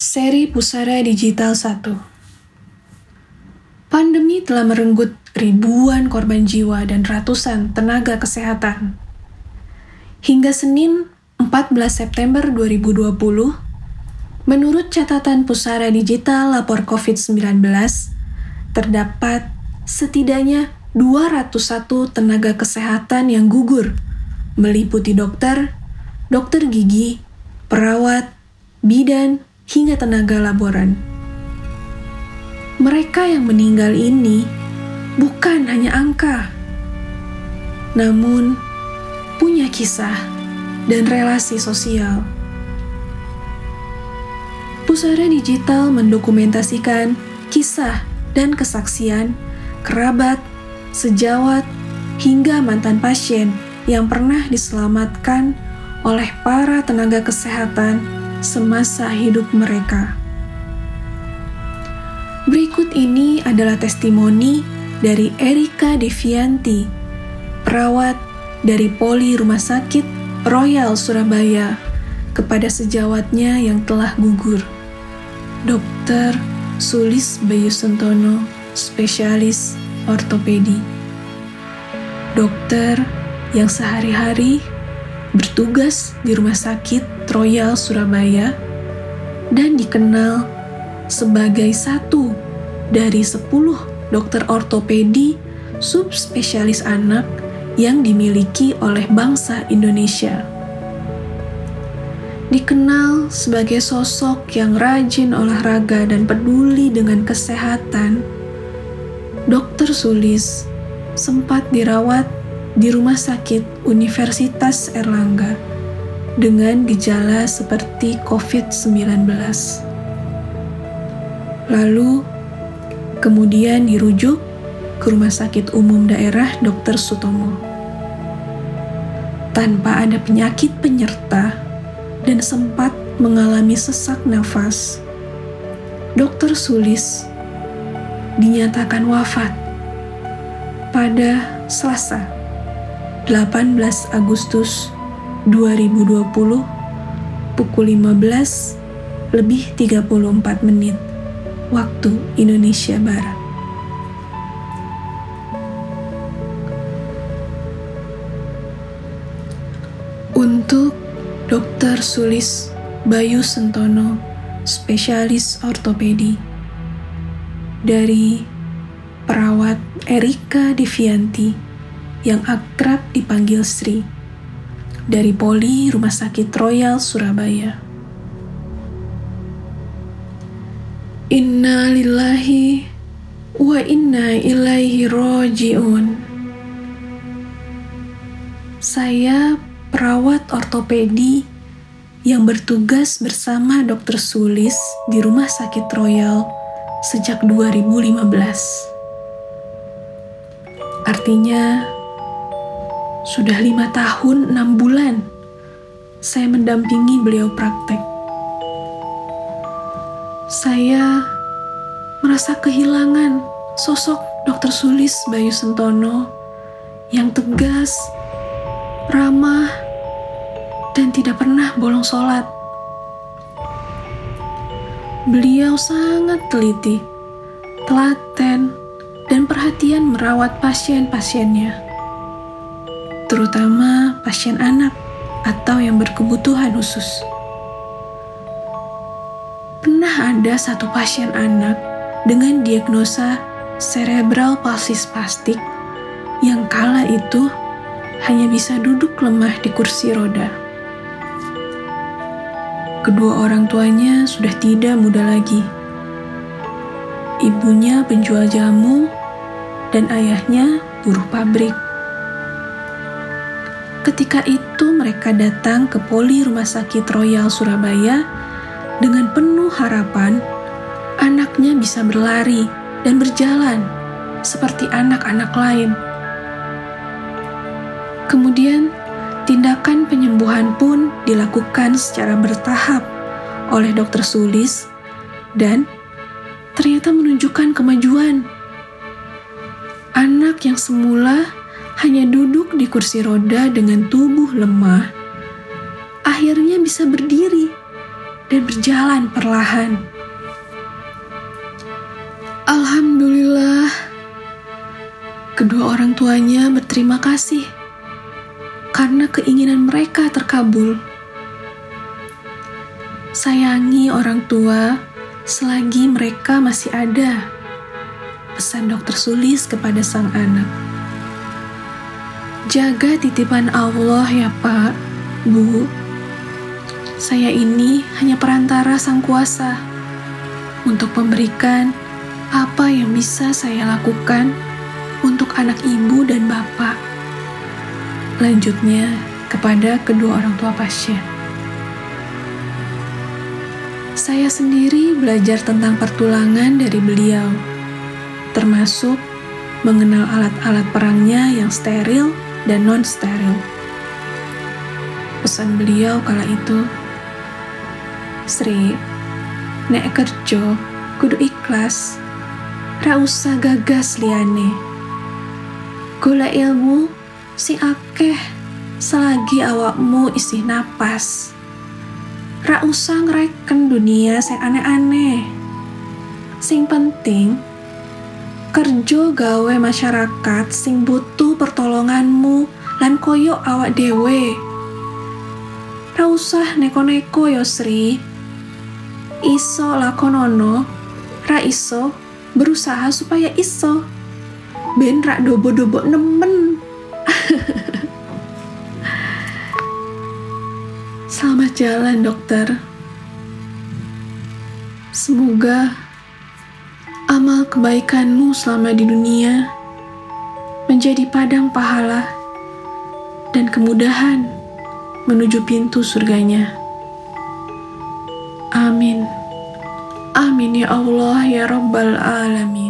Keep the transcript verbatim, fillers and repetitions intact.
Seri Pusara Digital satu. Pandemi telah merenggut ribuan korban jiwa dan ratusan tenaga kesehatan. Hingga Senin empat belas September dua ribu dua puluh, menurut catatan Pusara Digital Lapor covid sembilan belas, terdapat setidaknya dua ratus satu tenaga kesehatan yang gugur, meliputi dokter, dokter gigi, perawat, bidan, hingga tenaga laboran. Mereka yang meninggal ini bukan hanya angka, namun punya kisah dan relasi sosial. Pusara Digital mendokumentasikan kisah dan kesaksian kerabat, sejawat, hingga mantan pasien yang pernah diselamatkan oleh para tenaga kesehatan semasa hidup mereka. Berikut ini adalah testimoni dari Erika Devianti, perawat dari Poli Rumah Sakit Royal Surabaya, kepada sejawatnya yang telah gugur, dokter Sulis Bayu Sentono, spesialis ortopedi. Dokter yang sehari-hari bertugas di Rumah Sakit Royal Surabaya dan dikenal sebagai satu dari sepuluh dokter ortopedi subspesialis anak yang dimiliki oleh bangsa Indonesia. Dikenal sebagai sosok yang rajin olahraga dan peduli dengan kesehatan, dokter Sulis sempat dirawat di Rumah Sakit Universitas Erlangga dengan gejala seperti covid sembilan belas. Lalu, kemudian dirujuk ke Rumah Sakit Umum Daerah dokter Sutomo. Tanpa ada penyakit penyerta dan sempat mengalami sesak nafas, dokter Sulis dinyatakan wafat pada Selasa delapan belas Agustus dua ribu dua puluh pukul lima belas lebih tiga puluh empat menit waktu Indonesia Barat. Untuk dokter Sulis Bayu Sentono, spesialis ortopedi, dari perawat Erika Devianti yang akrab dipanggil Sri, dari Poli Rumah Sakit Royal Surabaya. Inna lillahi wa inna ilaihi roji'un. Saya perawat ortopedi yang bertugas bersama dokter Sulis di Rumah Sakit Royal sejak dua ribu lima belas. Artinya, sudah lima tahun enam bulan saya mendampingi beliau praktek. Saya merasa kehilangan sosok dokter Sulis Bayu Sentono yang tegas, ramah, dan tidak pernah bolong sholat. Beliau sangat teliti, telaten, dan perhatian merawat pasien-pasiennya, terutama pasien anak atau yang berkebutuhan khusus. Pernah ada satu pasien anak dengan diagnosa cerebral palsy spastik yang kala itu hanya bisa duduk lemah di kursi roda. Kedua orang tuanya sudah tidak muda lagi. Ibunya penjual jamu dan ayahnya buruh pabrik. Ketika itu mereka datang ke Poli Rumah Sakit Royal Surabaya dengan penuh harapan anaknya bisa berlari dan berjalan seperti anak-anak lain. Kemudian, tindakan penyembuhan pun dilakukan secara bertahap oleh dokter Sulis dan ternyata menunjukkan kemajuan. Anak yang semula hanya duduk di kursi roda dengan tubuh lemah, akhirnya bisa berdiri dan berjalan perlahan. Alhamdulillah, kedua orang tuanya berterima kasih karena keinginan mereka terkabul. Sayangi orang tua selagi mereka masih ada, pesan dokter Sulis kepada sang anak. Jaga titipan Allah ya Pak, Bu. Saya ini hanya perantara Sang Kuasa untuk memberikan apa yang bisa saya lakukan untuk anak ibu dan bapak. Lanjutnya kepada kedua orang tua pasien. Saya sendiri belajar tentang pertulangan dari beliau, termasuk mengenal alat-alat perangnya yang steril dan non-steril. Pesan beliau kala itu, Sri, nek kerja kudu ikhlas, ra usah gagas liyane. Golek ilmu sing akeh selagi awakmu isih napas. Ra usah ngreken dunia sing aneh-aneh. Sing penting kerja gawe masyarakat sing butuh pertolonganmu lan koyo awak dhewe. Ra usah neko-neko yo Sri. Iso lakonono, ra iso berusaha supaya iso. Ben ra dobo-dobo nemen. Selamat jalan dokter. Semoga amal kebaikanmu selama di dunia menjadi padang pahala dan kemudahan menuju pintu surganya. Amin. Amin ya Allah ya Rabbal Alamin.